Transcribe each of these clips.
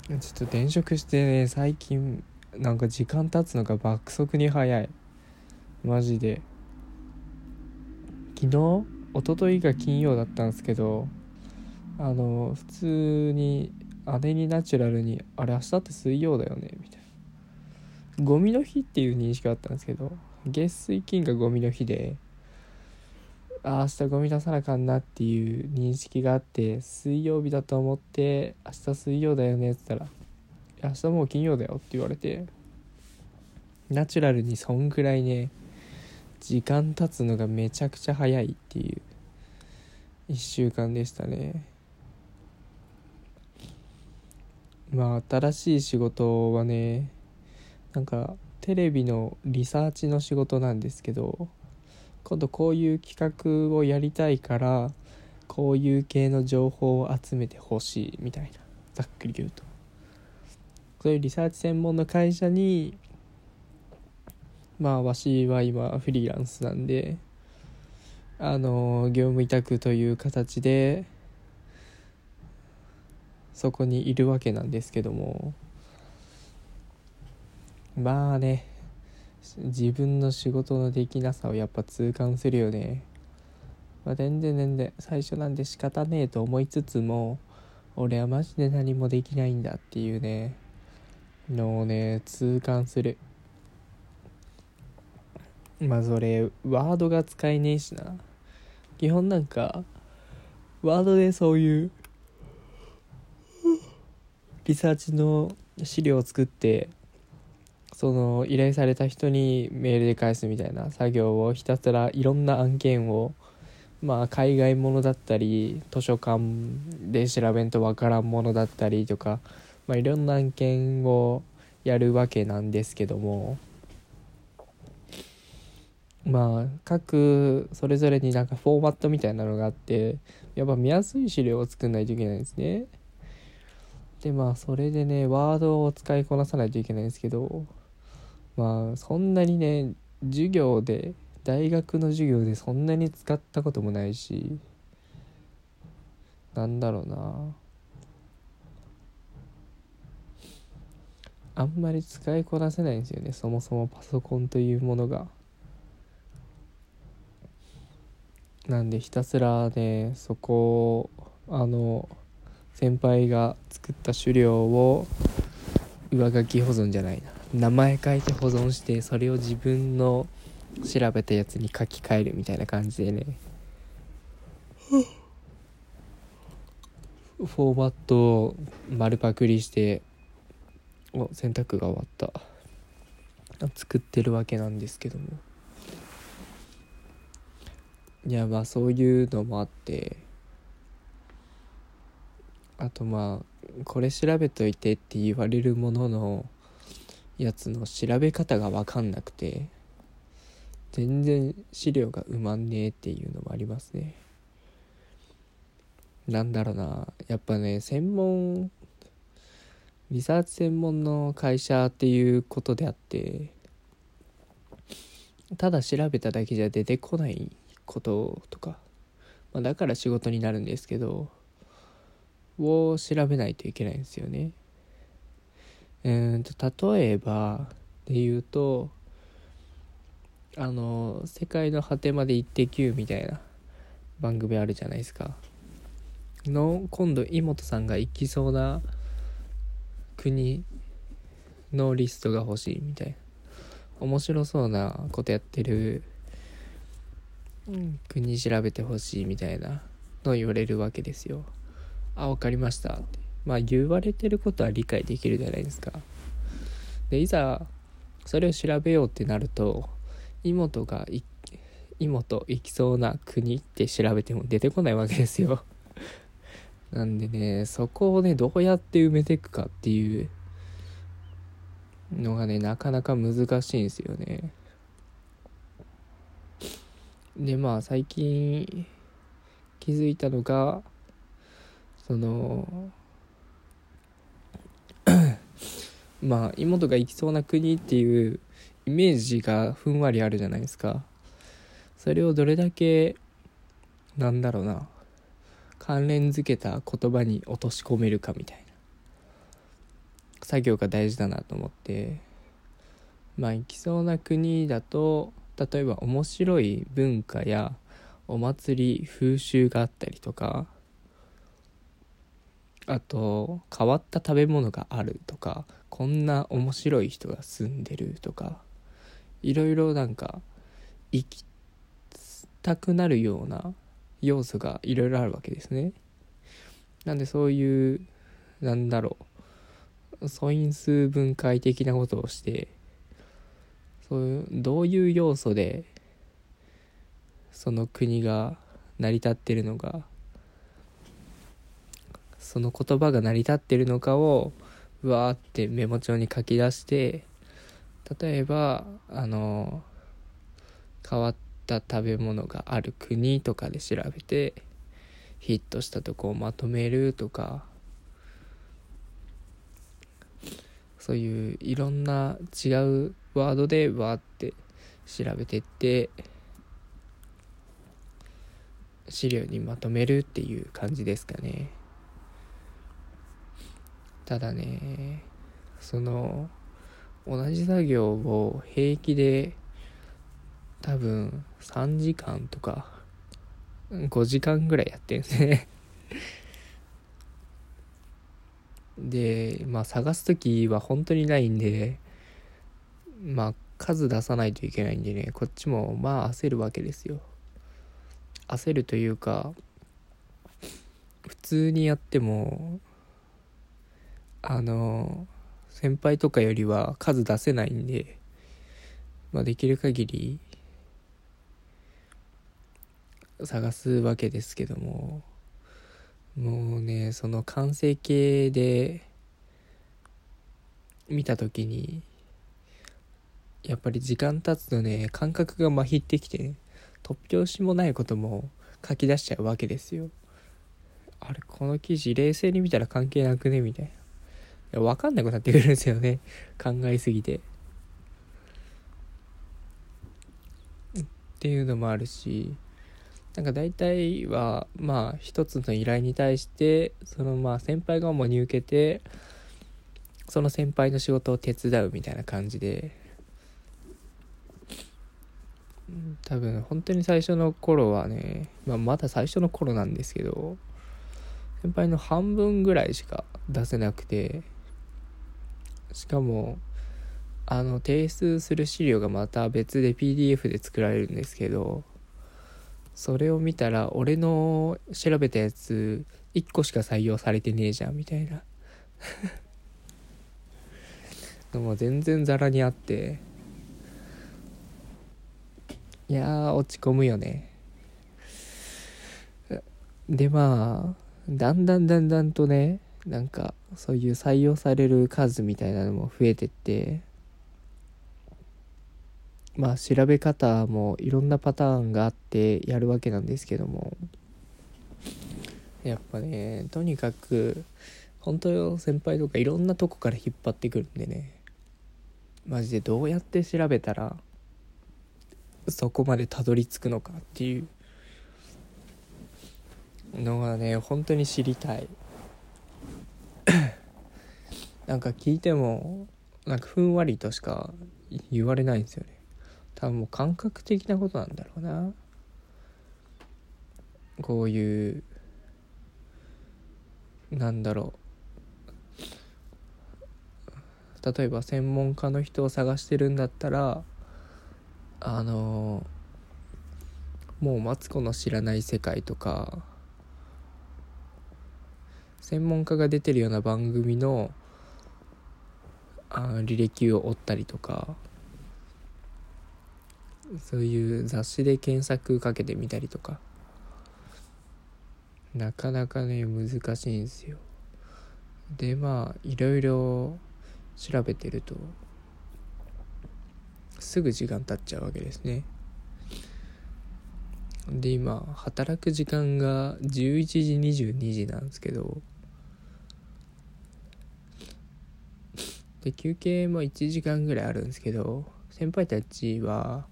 ちょっと転職してね、最近なんか時間経つのが爆速に早い。マジで。昨日一昨日が金曜だったんですけど、普通に姉にナチュラルにあれ明日って水曜だよねみたいな、ゴミの日っていう認識があったんですけど、月水金がゴミの日で、明日ゴミ出さなあかんなっていう認識があって、水曜日だと思って明日水曜だよねって言ったら、明日もう金曜だよって言われて、ナチュラルにそんぐらいね、時間経つのがめちゃくちゃ早いっていう1週間でしたね。まあ新しい仕事はね、なんかテレビのリサーチの仕事なんですけど、今度こういう企画をやりたいからこういう系の情報を集めてほしいみたいな、ざっくり言うとそういうリサーチ専門の会社に、まあわしは今フリーランスなんで、業務委託という形でそこにいるわけなんですけども、まあね、自分の仕事のできなさをやっぱ痛感するよね。まあ、全然最初なんで仕方ねえと思いつつも、俺はマジで何もできないんだっていうねのをね痛感する。まあそれワードが使えねえしな。基本なんかワードでそういうリサーチの資料を作って、その依頼された人にメールで返すみたいな作業をひたすらいろんな案件を、まあ海外ものだったり図書館で調べんとわからんものだったりとか、まあいろんな案件をやるわけなんですけども、まあ各それぞれになんかフォーマットみたいなのがあって、やっぱ見やすい資料を作んないといけないんですね。でまあそれでねワードを使いこなさないといけないんですけど、まあそんなにね、授業で大学の授業でそんなに使ったこともないし、なんだろうな、あんまり使いこなせないんですよね、そもそもパソコンというものが。なんでひたすらね、そこを先輩が作った資料を上書き保存じゃないな、名前書いて保存して、それを自分の調べたやつに書き換えるみたいな感じでね、フォーマットを丸パクリして、洗濯が終わった作ってるわけなんですけども、いやまあそういうのもあって、あとまあこれ調べといてって言われるもののやつの調べ方が分かんなくて、全然資料が埋まんねえっていうのもありますね。なんだろうな、やっぱね、リサーチ専門の会社っていうことであって、ただ調べただけじゃ出てこないこととか、まあ、だから仕事になるんですけど、を調べないといけないんですよね。例えばで言うと、世界の果てまで行ってきゅうみたいな番組あるじゃないですか。今度井本さんが行きそうな国のリストが欲しいみたいな、面白そうなことやってる国調べてほしいみたいなのを言われるわけですよ。あ、わかりましたって、まあ言われてることは理解できるじゃないですか。でいざそれを調べようってなると、妹行きそうな国って調べても出てこないわけですよ。なんでね、そこをねどうやって埋めていくかっていうのがねなかなか難しいんですよね。でまあ最近気づいたのが、そのまあ妹が行きそうな国っていうイメージがふんわりあるじゃないですか。それをどれだけなんだろうな、関連づけた言葉に落とし込めるかみたいな。 作業が大事だなと思って、行きそうな国だと例えば面白い文化やお祭り風習があったりとか、あと変わった食べ物があるとか、こんな面白い人が住んでるとか、いろいろ行きたくなるような要素がいろいろあるわけですね。なんでそういう素因数分解的なことをして、そういうどういう要素でその国が成り立ってるのか、その言葉が成り立ってるのかをわーってメモ帳に書き出して、例えば変わった食べ物がある国とかで調べてヒットしたとこをまとめるとか、そういういろんな違うワードでわーって調べてって資料にまとめるっていう感じですかね。ただね、同じ作業を平気で多分3時間とか5時間ぐらいやってるんですねで、探すときは本当にないんで、数出さないといけないんでね、こっちも焦るわけですよ。焦るというか、普通にやっても先輩とかよりは数出せないんで、できる限り探すわけですけども、もうね、その完成形で見たときにやっぱり時間経つとね、感覚がまひってきてね、突拍子もないことも書き出しちゃうわけですよ。あれ、この記事冷静に見たら関係なくねみたいな、分かんなくなってくるんですよね、考えすぎてっていうのもあるし、大体は一つの依頼に対して先輩が主に受けて、その先輩の仕事を手伝うみたいな感じで、多分本当に最初の頃はね、まだ最初の頃なんですけど、先輩の半分ぐらいしか出せなくて、しかも提出する資料がまた別で PDF で作られるんですけど、それを見たら俺の調べたやつ1個しか採用されてねえじゃんみたいなのも全然ザラにあって、いやー落ち込むよね。でだんだんとね、そういう採用される数みたいなのも増えてって、調べ方もいろんなパターンがあってやるわけなんですけども、やっぱね、とにかく本当よ、先輩とかいろんなとこから引っ張ってくるんでね、マジでどうやって調べたらそこまでたどり着くのかっていうのがね、本当に知りたい聞いてもふんわりとしか言われないんですよね。多分もう感覚的なことなんだろうな。こういう例えば専門家の人を探してるんだったら、もうマツコの知らない世界とか、専門家が出てるような番組の履歴を追ったりとか、そういう雑誌で検索かけてみたりとか、なかなかね難しいんですよ。でいろいろ調べてるとすぐ時間経っちゃうわけですね。で今働く時間が11時22時なんですけど、で休憩も1時間ぐらいあるんですけど、先輩たちは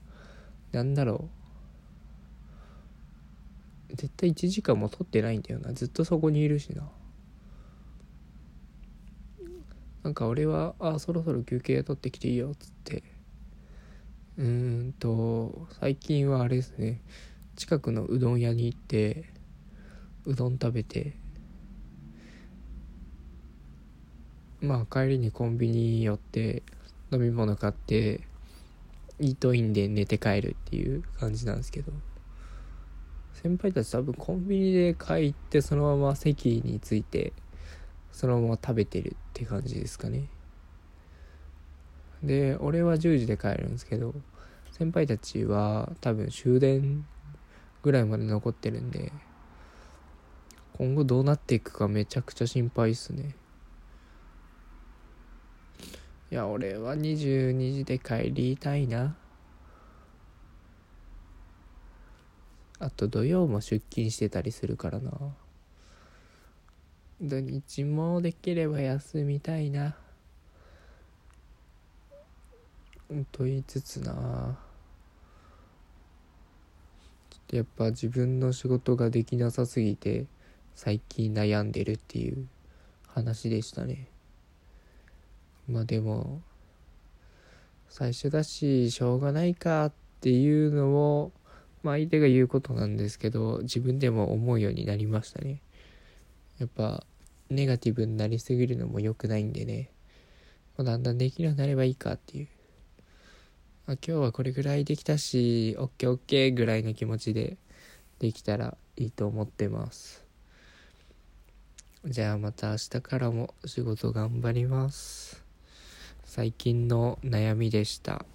絶対1時間も取ってないんだよな。ずっとそこにいるしな。 なんか俺はそろそろ休憩取ってきていいよっつって、最近はあれですね、近くのうどん屋に行ってうどん食べて、まあ帰りにコンビニ寄って飲み物買ってイートインで寝て帰るっていう感じなんですけど、先輩たち多分コンビニで帰ってそのまま席に着いてそのまま食べてるって感じですかね。で俺は10時で帰るんですけど、先輩たちは多分終電ぐらいまで残ってるんで、今後どうなっていくかめちゃくちゃ心配っすね。いや俺は22時で帰りたいな。あと土曜も出勤してたりするからな。土日もできれば休みたいなと言いつつな、やっぱ自分の仕事ができなさすぎて最近悩んでるっていう話でしたね。まあでも最初だししょうがないかっていうのを、相手が言うことなんですけど、自分でも思うようになりましたね。やっぱネガティブになりすぎるのも良くないんでね、だんだんできるようになればいいかっていう、今日はこれぐらいできたしオッケーオッケーぐらいの気持ちでできたらいいと思ってます。じゃあまた明日からも仕事頑張ります。最近の悩みでした。